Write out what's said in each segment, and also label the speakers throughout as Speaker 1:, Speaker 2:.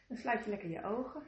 Speaker 1: Dan sluit je lekker je ogen.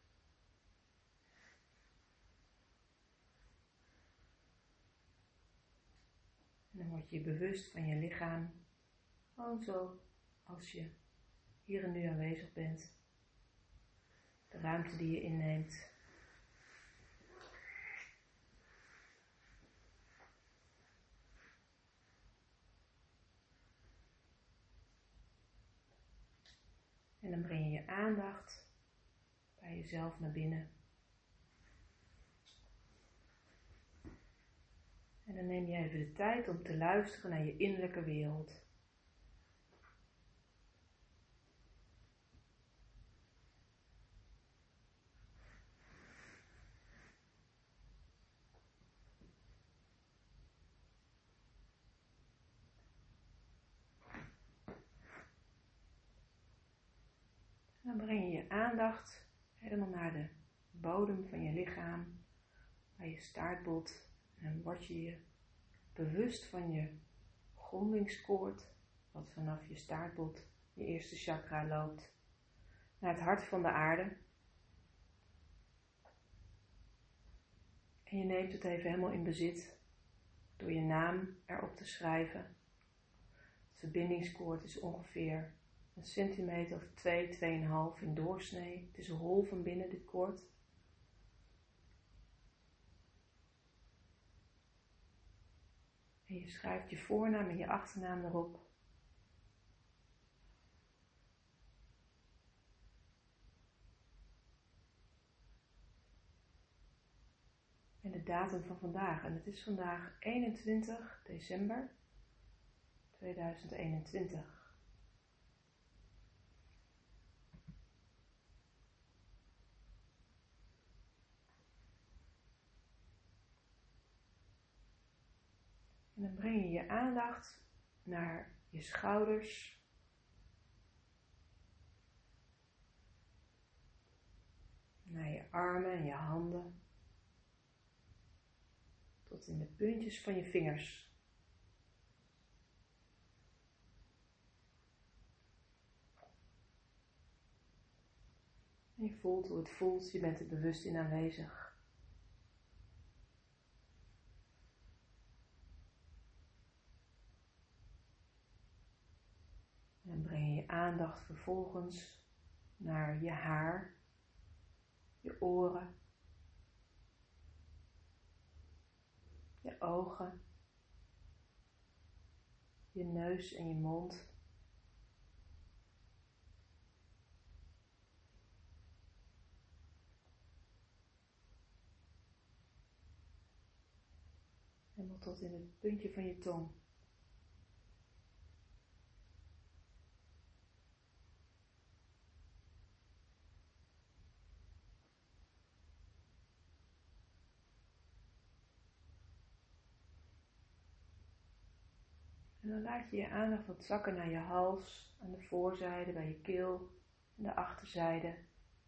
Speaker 1: En dan word je bewust van je lichaam. Gewoon zo als je hier en nu aanwezig bent. De ruimte die je inneemt. En dan breng je je aandacht bij jezelf naar binnen. En dan neem je even de tijd om te luisteren naar je innerlijke wereld. Dan breng je je aandacht helemaal naar de bodem van je lichaam, bij je staartbot. En word je je bewust van je grondingskoord, wat vanaf je staartbot, je eerste chakra, loopt naar het hart van de aarde. En je neemt het even helemaal in bezit door je naam erop te schrijven. Het verbindingskoord is ongeveer 1 centimeter of 2,5 in doorsnee. Het is hol van binnen, dit koord. En je schrijft je voornaam en je achternaam erop. En de datum van vandaag. En het is vandaag 21 december 2021. En dan breng je je aandacht naar je schouders. Naar je armen en je handen. Tot in de puntjes van je vingers. En je voelt hoe het voelt, je bent er bewust in aanwezig. En dan breng je je aandacht vervolgens naar je haar, je oren, je ogen, je neus en je mond. Helemaal tot in het puntje van je tong. En dan laat je je aandacht wat zakken naar je hals, aan de voorzijde, bij je keel en de achterzijde.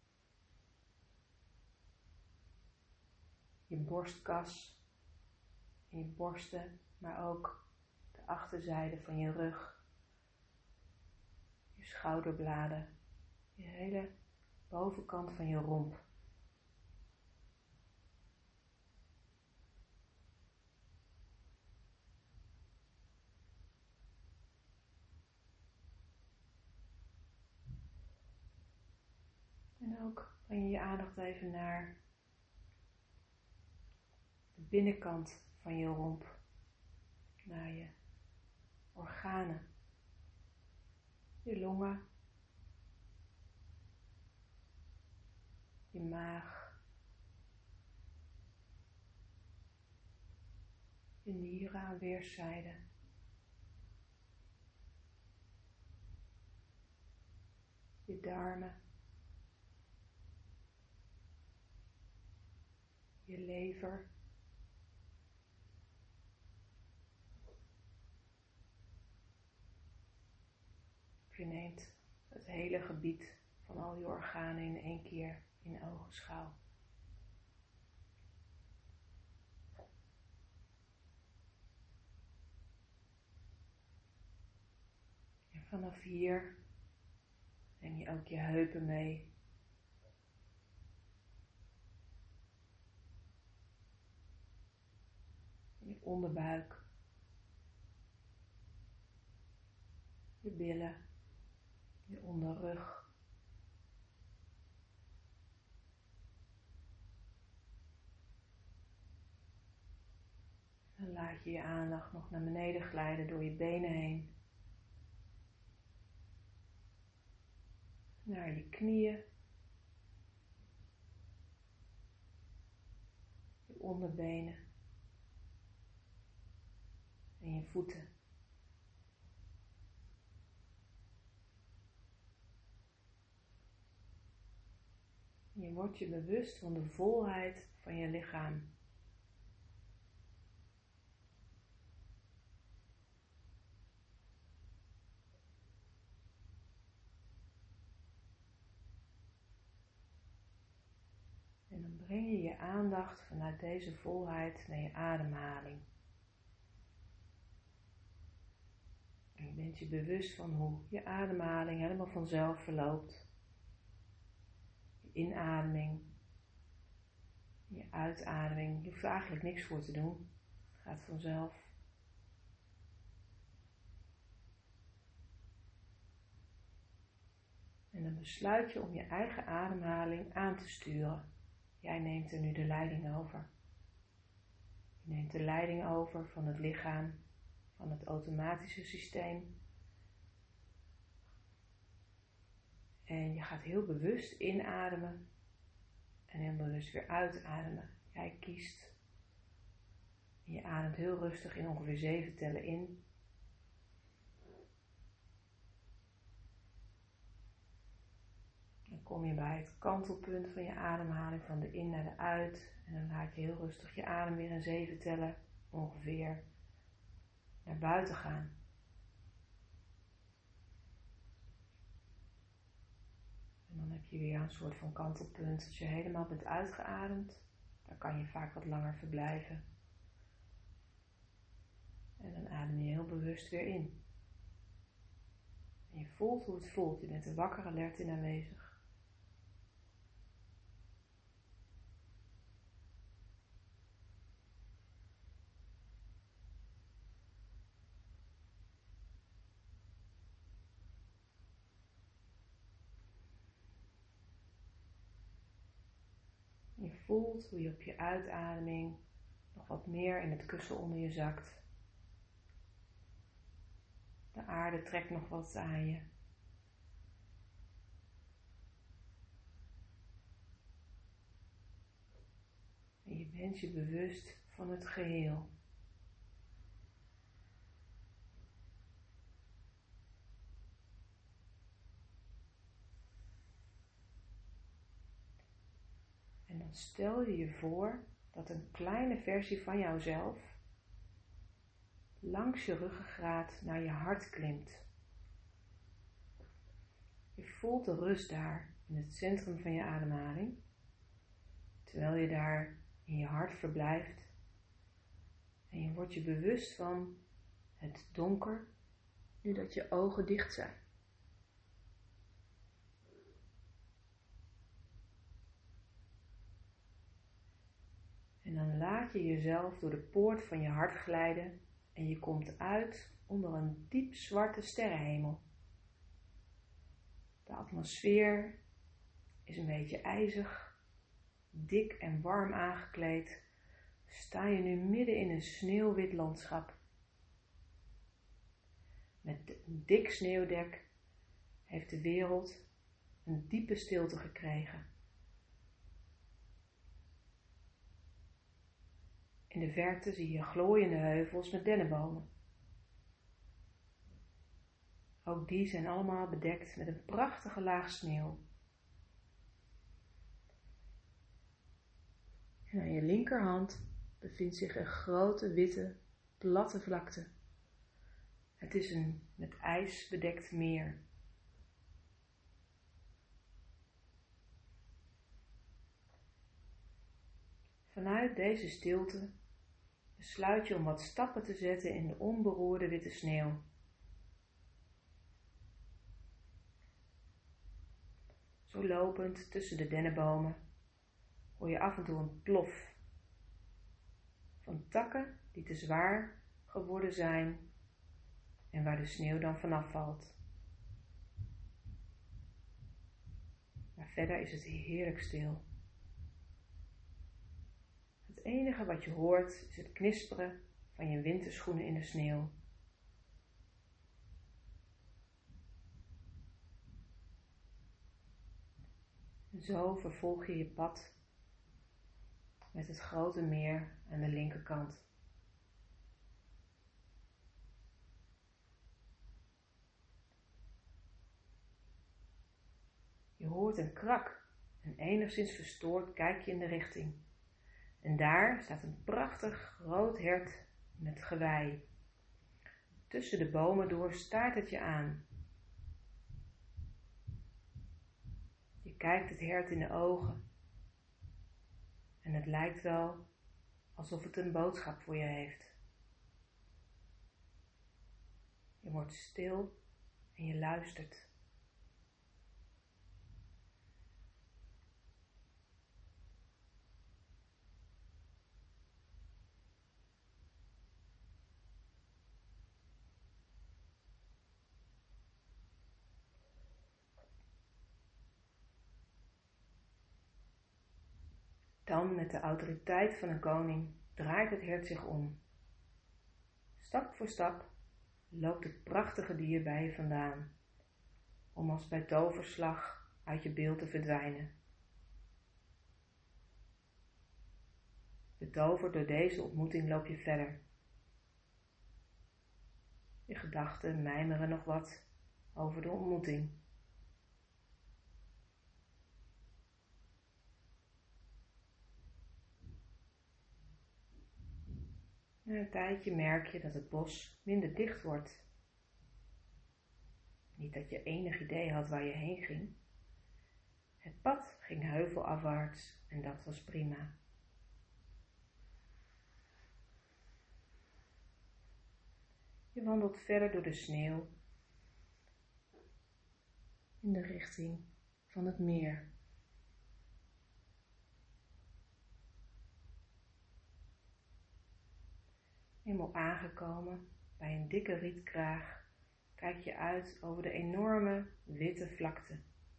Speaker 1: Je borstkas en je borsten, maar ook de achterzijde van je rug, je schouderbladen, je hele bovenkant van je romp. En ook breng je je aandacht even naar de binnenkant van je romp, naar je organen, je longen, je maag, je nieren aan weerszijden, je darmen, je lever, je neemt het hele gebied van al je organen in één keer in ogenschouw. En vanaf hier neem je ook je heupen mee, je onderbuik, je billen, je onderrug. Dan laat je je aandacht nog naar beneden glijden door je benen heen. Naar je knieën. Je onderbenen. En je voeten. Je wordt je bewust van de volheid van je lichaam. En dan breng je je aandacht vanuit deze volheid naar je ademhaling. En je bent je bewust van hoe je ademhaling helemaal vanzelf verloopt. Je inademing, je uitademing. Je hoeft er eigenlijk niks voor te doen. Het gaat vanzelf. En dan besluit je om je eigen ademhaling aan te sturen. Jij neemt er nu de leiding over. Je neemt de leiding over van het lichaam, van het automatische systeem. En je gaat heel bewust inademen en heel bewust weer uitademen. Jij kiest. En je ademt heel rustig in ongeveer 7 tellen in. Dan kom je bij het kantelpunt van je ademhaling van de in naar de uit. En dan laat je heel rustig je adem weer in 7 tellen ongeveer naar buiten gaan. En dan heb je weer een soort van kantelpunt. Als je helemaal bent uitgeademd, dan kan je vaak wat langer verblijven. En dan adem je heel bewust weer in. En je voelt hoe het voelt. Je bent er wakker, alert in aanwezig. Je voelt hoe je op je uitademing nog wat meer in het kussen onder je zakt. De aarde trekt nog wat aan je. En je bent je bewust van het geheel. En dan stel je je voor dat een kleine versie van jouzelf langs je ruggengraat naar je hart klimt. Je voelt de rust daar in het centrum van je ademhaling, terwijl je daar in je hart verblijft. En je wordt je bewust van het donker, nu dat je ogen dicht zijn. En dan laat je jezelf door de poort van je hart glijden en je komt uit onder een diep zwarte sterrenhemel. De atmosfeer is een beetje ijzig, dik en warm aangekleed. Sta je nu midden in een sneeuwwit landschap. Met een dik sneeuwdek heeft de wereld een diepe stilte gekregen. In de verte zie je glooiende heuvels met dennenbomen. Ook die zijn allemaal bedekt met een prachtige laag sneeuw. En aan je linkerhand bevindt zich een grote witte, platte vlakte. Het is een met ijs bedekt meer. Vanuit deze stilte besluit je om wat stappen te zetten in de onberoerde witte sneeuw. Zo lopend tussen de dennenbomen hoor je af en toe een plof van takken die te zwaar geworden zijn en waar de sneeuw dan vanaf valt. Maar verder is het heerlijk stil. Het enige wat je hoort is het knisperen van je winterschoenen in de sneeuw. En zo vervolg je je pad met het grote meer aan de linkerkant. Je hoort een krak en enigszins verstoord kijk je in de richting. En daar staat een prachtig groot hert met gewei. Tussen de bomen door staart het je aan. Je kijkt het hert in de ogen. En het lijkt wel alsof het een boodschap voor je heeft. Je wordt stil en je luistert. Dan, met de autoriteit van een koning, draait het hert zich om. Stap voor stap loopt het prachtige dier bij je vandaan, om als bij toverslag uit je beeld te verdwijnen. Betoverd door deze ontmoeting loop je verder. Je gedachten mijmeren nog wat over de ontmoeting. Na een tijdje merk je dat het bos minder dicht wordt. Niet dat je enig idee had waar je heen ging. Het pad ging heuvelafwaarts en dat was prima. Je wandelt verder door de sneeuw in de richting van het meer. Eenmaal aangekomen bij een dikke rietkraag, kijk je uit over de enorme witte vlakte.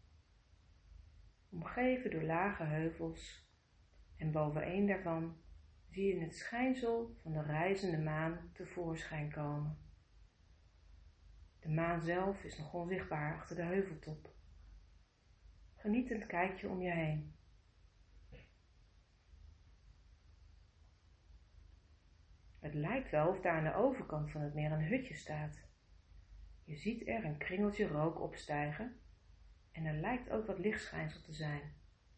Speaker 1: Omgeven door lage heuvels en boven een daarvan zie je het schijnsel van de rijzende maan tevoorschijn komen. De maan zelf is nog onzichtbaar achter de heuveltop. Genietend kijk je om je heen. Het lijkt wel of daar aan de overkant van het meer een hutje staat. Je ziet er een kringeltje rook opstijgen en er lijkt ook wat lichtschijnsel te zijn.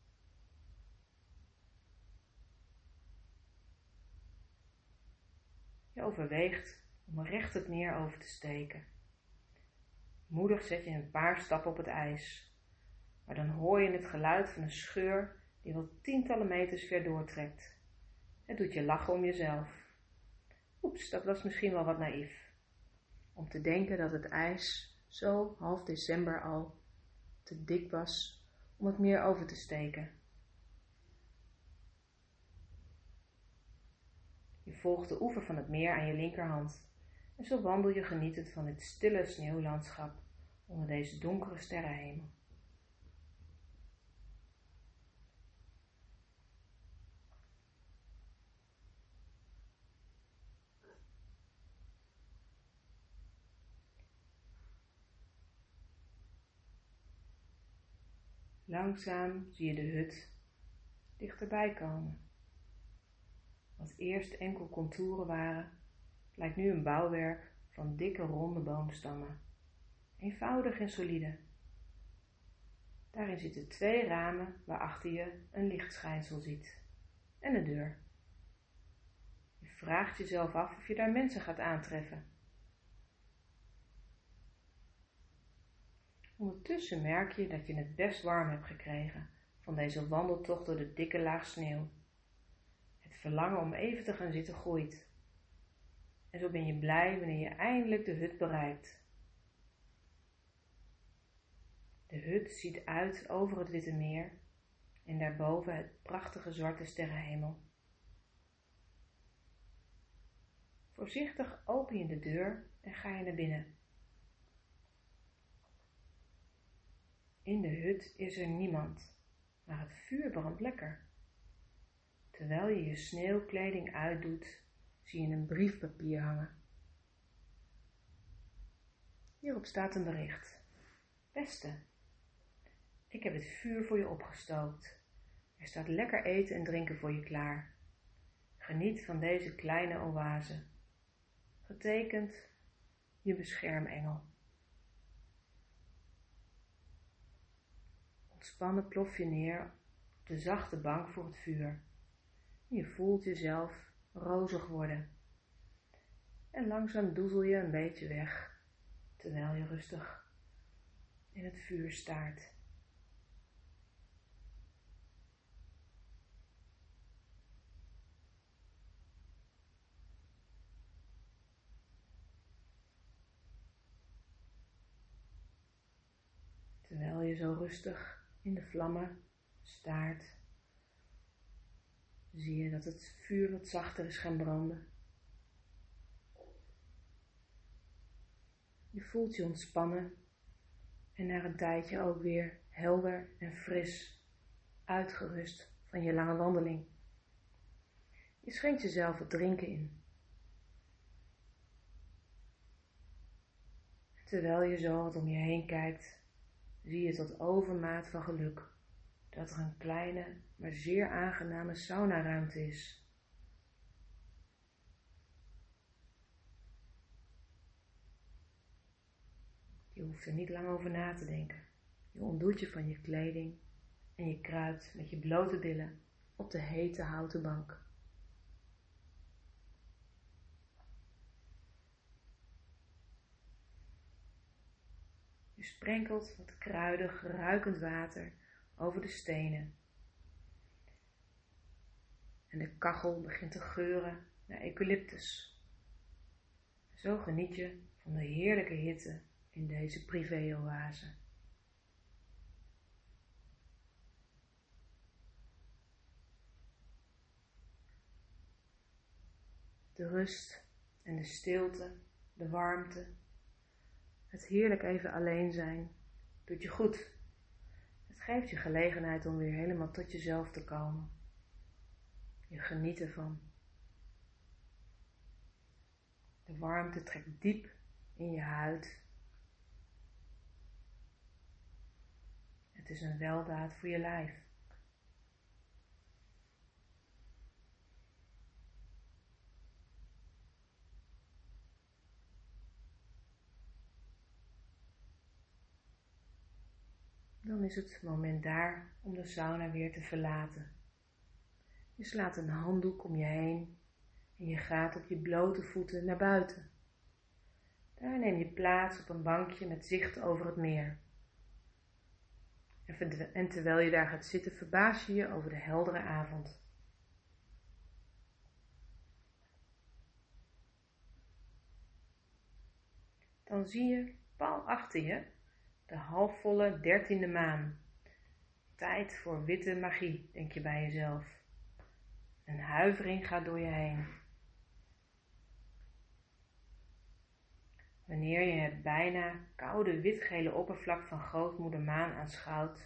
Speaker 1: Je overweegt om recht het meer over te steken. Moedig zet je een paar stappen op het ijs, maar dan hoor je het geluid van een scheur die wel tientallen meters ver doortrekt. Het doet je lachen om jezelf. Oeps, dat was misschien wel wat naïef. Om te denken dat het ijs zo half december al te dik was om het meer over te steken. Je volgt de oever van het meer aan je linkerhand en zo wandel je genietend van het stille sneeuwlandschap onder deze donkere sterrenhemel. Langzaam zie je de hut dichterbij komen. Wat eerst enkel contouren waren, lijkt nu een bouwwerk van dikke ronde boomstammen. Eenvoudig en solide. Daarin zitten 2 ramen waarachter je een lichtschijnsel ziet. En een deur. Je vraagt jezelf af of je daar mensen gaat aantreffen. Ondertussen merk je dat je het best warm hebt gekregen van deze wandeltocht door de dikke laag sneeuw. Het verlangen om even te gaan zitten groeit. En zo ben je blij wanneer je eindelijk de hut bereikt. De hut ziet uit over het witte meer en daarboven het prachtige zwarte sterrenhemel. Voorzichtig open je de deur en ga je naar binnen. In de hut is er niemand, maar het vuur brandt lekker. Terwijl je je sneeuwkleding uitdoet, zie je een briefpapier hangen. Hierop staat een bericht. Beste, ik heb het vuur voor je opgestookt. Er staat lekker eten en drinken voor je klaar. Geniet van deze kleine oase. Getekend, je beschermengel. Ontspannen plof je neer op de zachte bank voor het vuur. Je voelt jezelf rozig worden. En langzaam doezel je een beetje weg, terwijl je rustig in het vuur staart. Terwijl je zo rustig in de vlammen staart, zie je dat het vuur wat zachter is gaan branden. Je voelt je ontspannen en na een tijdje ook weer helder en fris, uitgerust van je lange wandeling. Je schenkt jezelf wat drinken in. Terwijl je zo wat om je heen kijkt, zie je tot overmaat van geluk dat er een kleine, maar zeer aangename saunaruimte is. Je hoeft er niet lang over na te denken. Je ontdoet je van je kleding en je kruipt met je blote billen op de hete houten bank. Je sprenkelt wat kruidig, ruikend water over de stenen. En de kachel begint te geuren naar eucalyptus. Zo geniet je van de heerlijke hitte in deze privé-oase. De rust en de stilte, de warmte, het heerlijk even alleen zijn, doet je goed. Het geeft je gelegenheid om weer helemaal tot jezelf te komen. Je geniet ervan. De warmte trekt diep in je huid. Het is een weldaad voor je lijf. Dan is het moment daar om de sauna weer te verlaten. Je slaat een handdoek om je heen en je gaat op je blote voeten naar buiten. Daar neem je plaats op een bankje met zicht over het meer. En terwijl je daar gaat zitten, verbaas je je over de heldere avond. Dan zie je pal achter je de halfvolle 13e maan. Tijd voor witte magie, denk je bij jezelf. Een huivering gaat door je heen. Wanneer je het bijna koude witgele oppervlak van grootmoeder maan aanschouwt,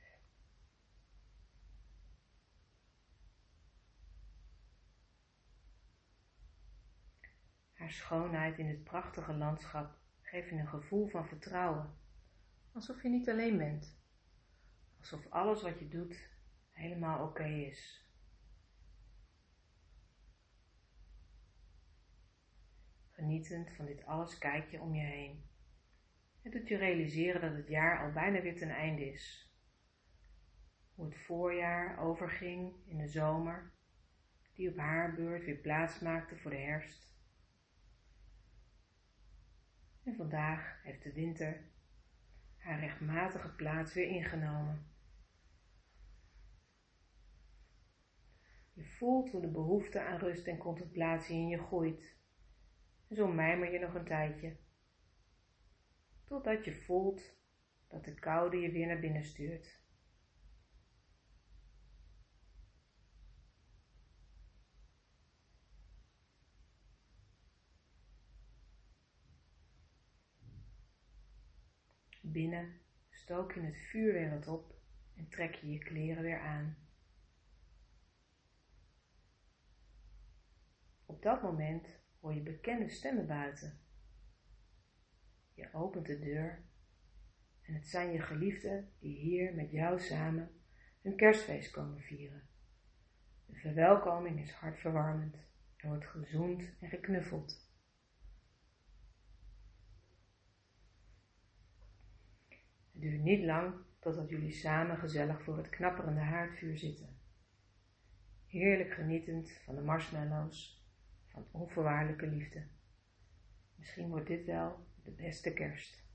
Speaker 1: haar schoonheid in het prachtige landschap geeft je een gevoel van vertrouwen, alsof je niet alleen bent, alsof alles wat je doet helemaal oké is. Genietend van dit alles kijk je om je heen. Het doet je realiseren dat het jaar al bijna weer ten einde is. Hoe het voorjaar overging in de zomer, die op haar beurt weer plaats maakte voor de herfst. En vandaag heeft de winter haar rechtmatige plaats weer ingenomen. Je voelt hoe de behoefte aan rust en contemplatie in je groeit. En zo mijmer je nog een tijdje. Totdat je voelt dat de koude je weer naar binnen stuurt. Binnen stook je het vuur weer wat op en trek je je kleren weer aan. Op dat moment hoor je bekende stemmen buiten. Je opent de deur en het zijn je geliefden die hier met jou samen hun kerstfeest komen vieren. De verwelkoming is hartverwarmend. Er wordt gezoend en geknuffeld. Het duurt niet lang totdat jullie samen gezellig voor het knapperende haardvuur zitten. Heerlijk genietend van de marshmallows, van onvoorwaardelijke liefde. Misschien wordt dit wel de beste kerst.